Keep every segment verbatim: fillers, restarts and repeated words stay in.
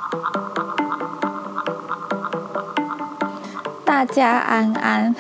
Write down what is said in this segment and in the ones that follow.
大家安安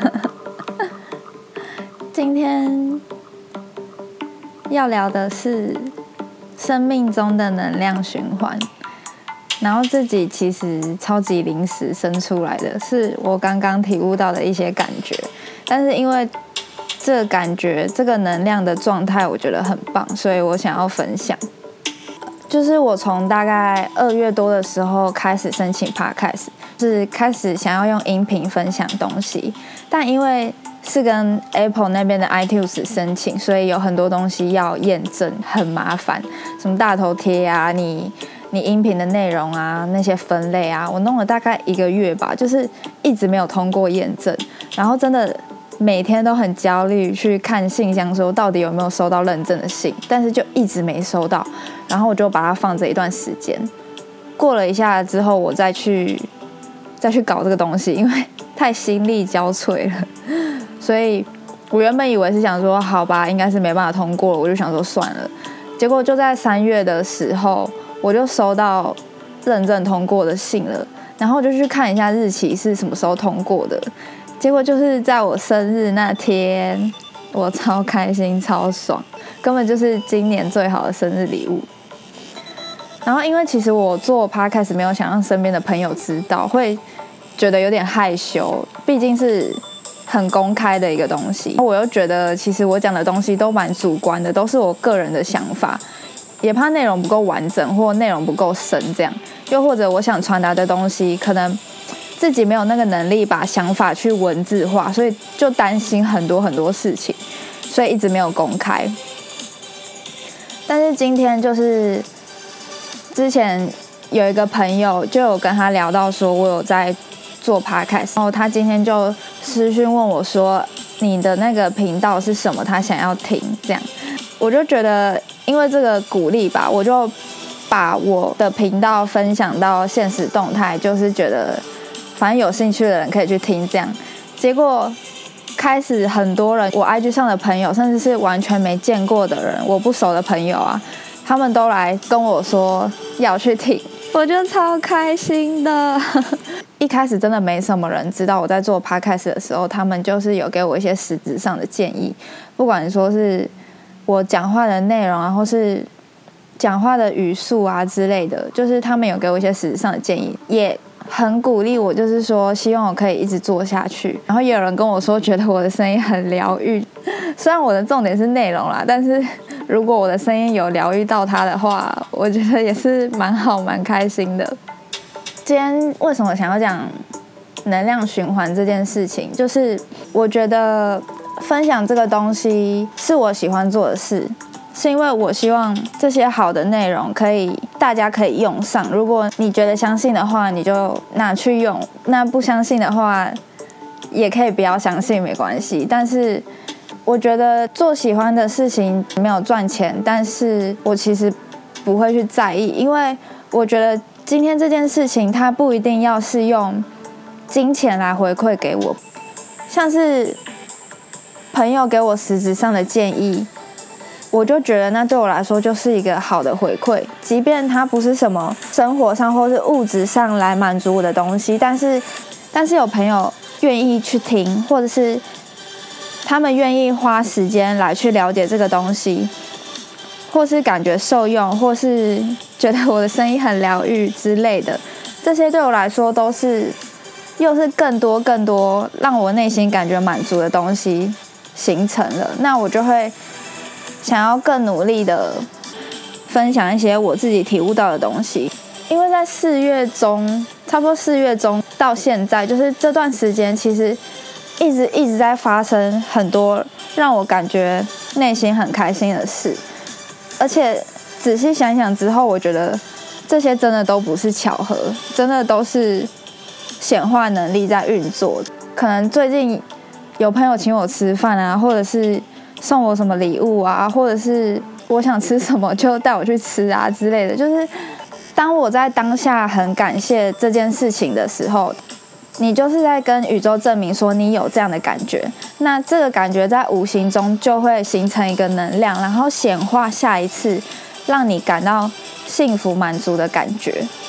今天要聊的是生命中的能量循环，然后自己其实超级临时生出来的，是我刚刚体悟到的一些感觉，但是因为这个感觉这个能量的状态我觉得很棒，所以我想要分享。就是我从大概二月多的时候开始申请 Podcast， 是开始想要用音频分享东西，但因为是跟 Apple 那边的 iTunes 申请，所以有很多东西要验证，很麻烦，什么大头贴啊，你你音频的内容啊，那些分类啊，我弄了大概一个月吧，就是一直没有通过验证，然后真的每天都很焦虑，去看信箱说到底有没有收到认证的信，但是就一直没收到，然后我就把它放着一段时间，过了一下之后，我再去再去搞这个东西，因为太心力交瘁了，所以我原本以为是想说好吧，应该是没办法通过了，我就想说算了，结果就在三月的时候，我就收到认证通过的信了，然后我就去看一下日期是什么时候通过的。结果就是在我生日那天，我超开心超爽，根本就是今年最好的生日礼物。然后因为其实我做 podcast 没有想让身边的朋友知道，会觉得有点害羞，毕竟是很公开的一个东西。我又觉得其实我讲的东西都蛮主观的，都是我个人的想法，也怕内容不够完整或内容不够深这样，又或者我想传达的东西可能自己没有那个能力把想法去文字化，所以就担心很多很多事情，所以一直没有公开。但是今天就是之前有一个朋友就有跟他聊到说我有在做 podcast， 然后他今天就私讯问我说你的那个频道是什么，他想要听这样。我就觉得因为这个鼓励吧，我就把我的频道分享到现实动态，就是觉得反正有兴趣的人可以去听这样。结果开始很多人，我 I G 上的朋友，甚至是完全没见过的人，我不熟的朋友啊，他们都来跟我说要去听，我就超开心的。一开始真的没什么人知道我在做 podcast 的时候，他们就是有给我一些实质上的建议，不管说是我讲话的内容啊，或是讲话的语速啊之类的，就是他们有给我一些实质上的建议，也很鼓励我，就是说希望我可以一直做下去。然后也有人跟我说觉得我的声音很疗愈，虽然我的重点是内容啦，但是如果我的声音有疗愈到他的话，我觉得也是蛮好蛮开心的。今天为什么想要讲能量循环这件事情，就是我觉得分享这个东西是我喜欢做的事，是因为我希望这些好的内容可以大家可以用上，如果你觉得相信的话你就拿去用，那不相信的话也可以不要相信没关系。但是我觉得做喜欢的事情没有赚钱，但是我其实不会去在意，因为我觉得今天这件事情它不一定要是用金钱来回馈给我，像是朋友给我实质上的建议，我就觉得那对我来说就是一个好的回馈，即便它不是什么生活上或是物质上来满足我的东西，但是但是有朋友愿意去听，或者是他们愿意花时间来去了解这个东西，或是感觉受用，或是觉得我的声音很疗愈之类的，这些对我来说都是又是更多更多让我内心感觉满足的东西形成了，那我就会想要更努力的分享一些我自己体悟到的东西。因为在四月中，差不多四月中到现在，就是这段时间其实一直一直在发生很多让我感觉内心很开心的事，而且仔细想想之后，我觉得这些真的都不是巧合，真的都是显化能力在运作。可能最近有朋友请我吃饭啊，或者是送我什么礼物啊，或者是我想吃什么就带我去吃啊之类的，就是当我在当下很感谢这件事情的时候，你就是在跟宇宙证明说你有这样的感觉，那这个感觉在无形中就会形成一个能量，然后显化下一次让你感到幸福满足的感觉。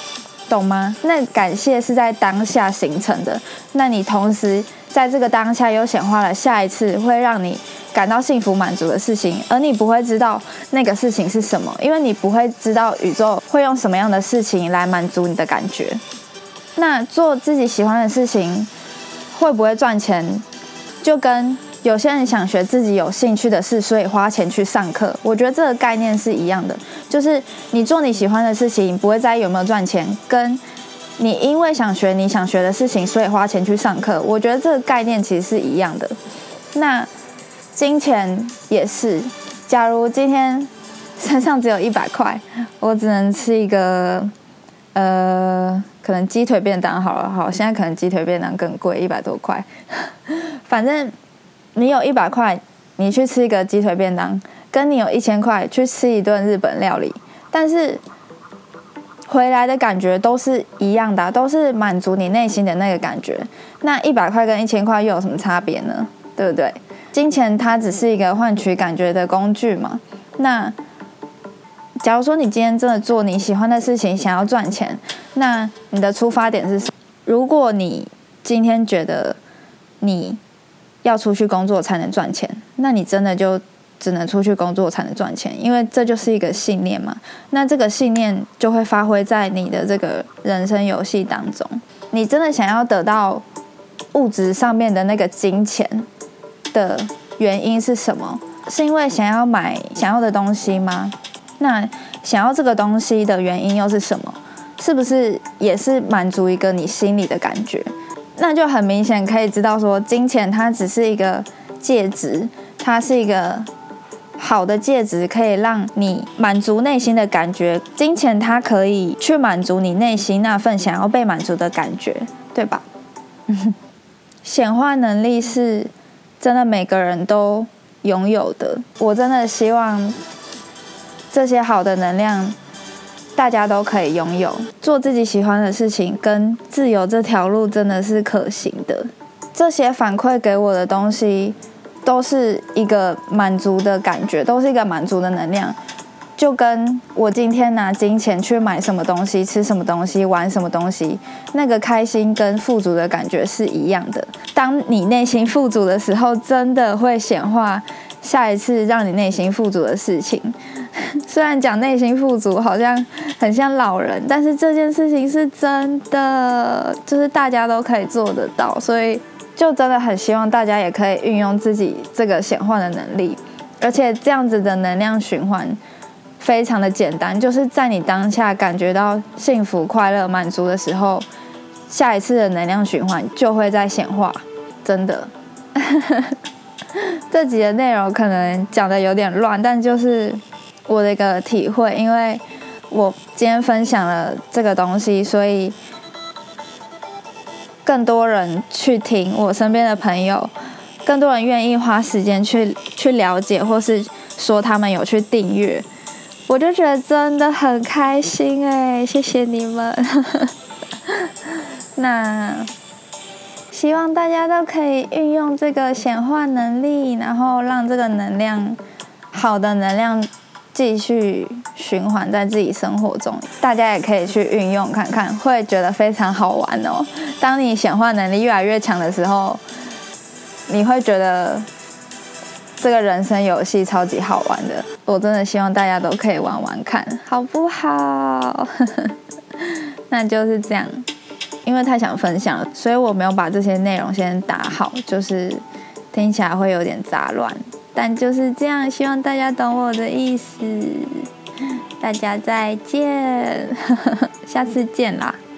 懂吗？那感谢是在当下形成的，那你同时在这个当下又显化了下一次会让你感到幸福满足的事情，而你不会知道那个事情是什么，因为你不会知道宇宙会用什么样的事情来满足你的感觉。那做自己喜欢的事情会不会赚钱，就跟有些人想学自己有兴趣的事，所以花钱去上课，我觉得这个概念是一样的，就是你做你喜欢的事情，不会在意有没有赚钱，跟你因为想学你想学的事情，所以花钱去上课，我觉得这个概念其实是一样的。那金钱也是，假如今天身上只有一百块，我只能吃一个呃，可能鸡腿便当好了，好，现在可能鸡腿便当更贵，一百多块，反正你有一百块，你去吃一个鸡腿便当，跟你有一千块去吃一顿日本料理，但是回来的感觉都是一样的、啊，都是满足你内心的那个感觉。那一百块跟一千块又有什么差别呢？对不对？金钱它只是一个换取感觉的工具嘛。那假如说你今天真的做你喜欢的事情，想要赚钱，那你的出发点是什么？如果你今天觉得你要出去工作才能赚钱，那你真的就只能出去工作才能赚钱，因为这就是一个信念嘛。那这个信念就会发挥在你的这个人生游戏当中。你真的想要得到物质上面的那个金钱的原因是什么？是因为想要买想要的东西吗？那想要这个东西的原因又是什么？是不是也是满足一个你心里的感觉？那就很明显可以知道说，金钱它只是一个介质，它是一个好的介质，可以让你满足内心的感觉。金钱它可以去满足你内心那份想要被满足的感觉，对吧？显化能力是真的每个人都拥有的，我真的希望这些好的能量大家都可以拥有。做自己喜欢的事情跟自由这条路真的是可行的。这些反馈给我的东西都是一个满足的感觉，都是一个满足的能量，就跟我今天拿金钱去买什么东西，吃什么东西，玩什么东西，那个开心跟富足的感觉是一样的。当你内心富足的时候，真的会显化下一次让你内心富足的事情。虽然讲内心富足好像很像老人，但是这件事情是真的，就是大家都可以做得到，所以就真的很希望大家也可以运用自己这个显化的能力。而且这样子的能量循环非常的简单，就是在你当下感觉到幸福、快乐、满足的时候，下一次的能量循环就会在显化，真的。这集的内容可能讲的有点乱，但就是我的一个体会，因为我今天分享了这个东西，所以更多人去听，我身边的朋友，更多人愿意花时间去去了解，或是说他们有去订阅，我就觉得真的很开心哎，谢谢你们。那希望大家都可以运用这个显化能力，然后让这个能量，好的能量继续循环在自己生活中。大家也可以去运用看看，会觉得非常好玩哦。当你显化能力越来越强的时候，你会觉得这个人生游戏超级好玩的。我真的希望大家都可以玩玩看，好不好？那就是这样。因为太想分享了，所以我没有把这些内容先打好，就是听起来会有点杂乱，但就是这样，希望大家懂我的意思。大家再见，下次见啦。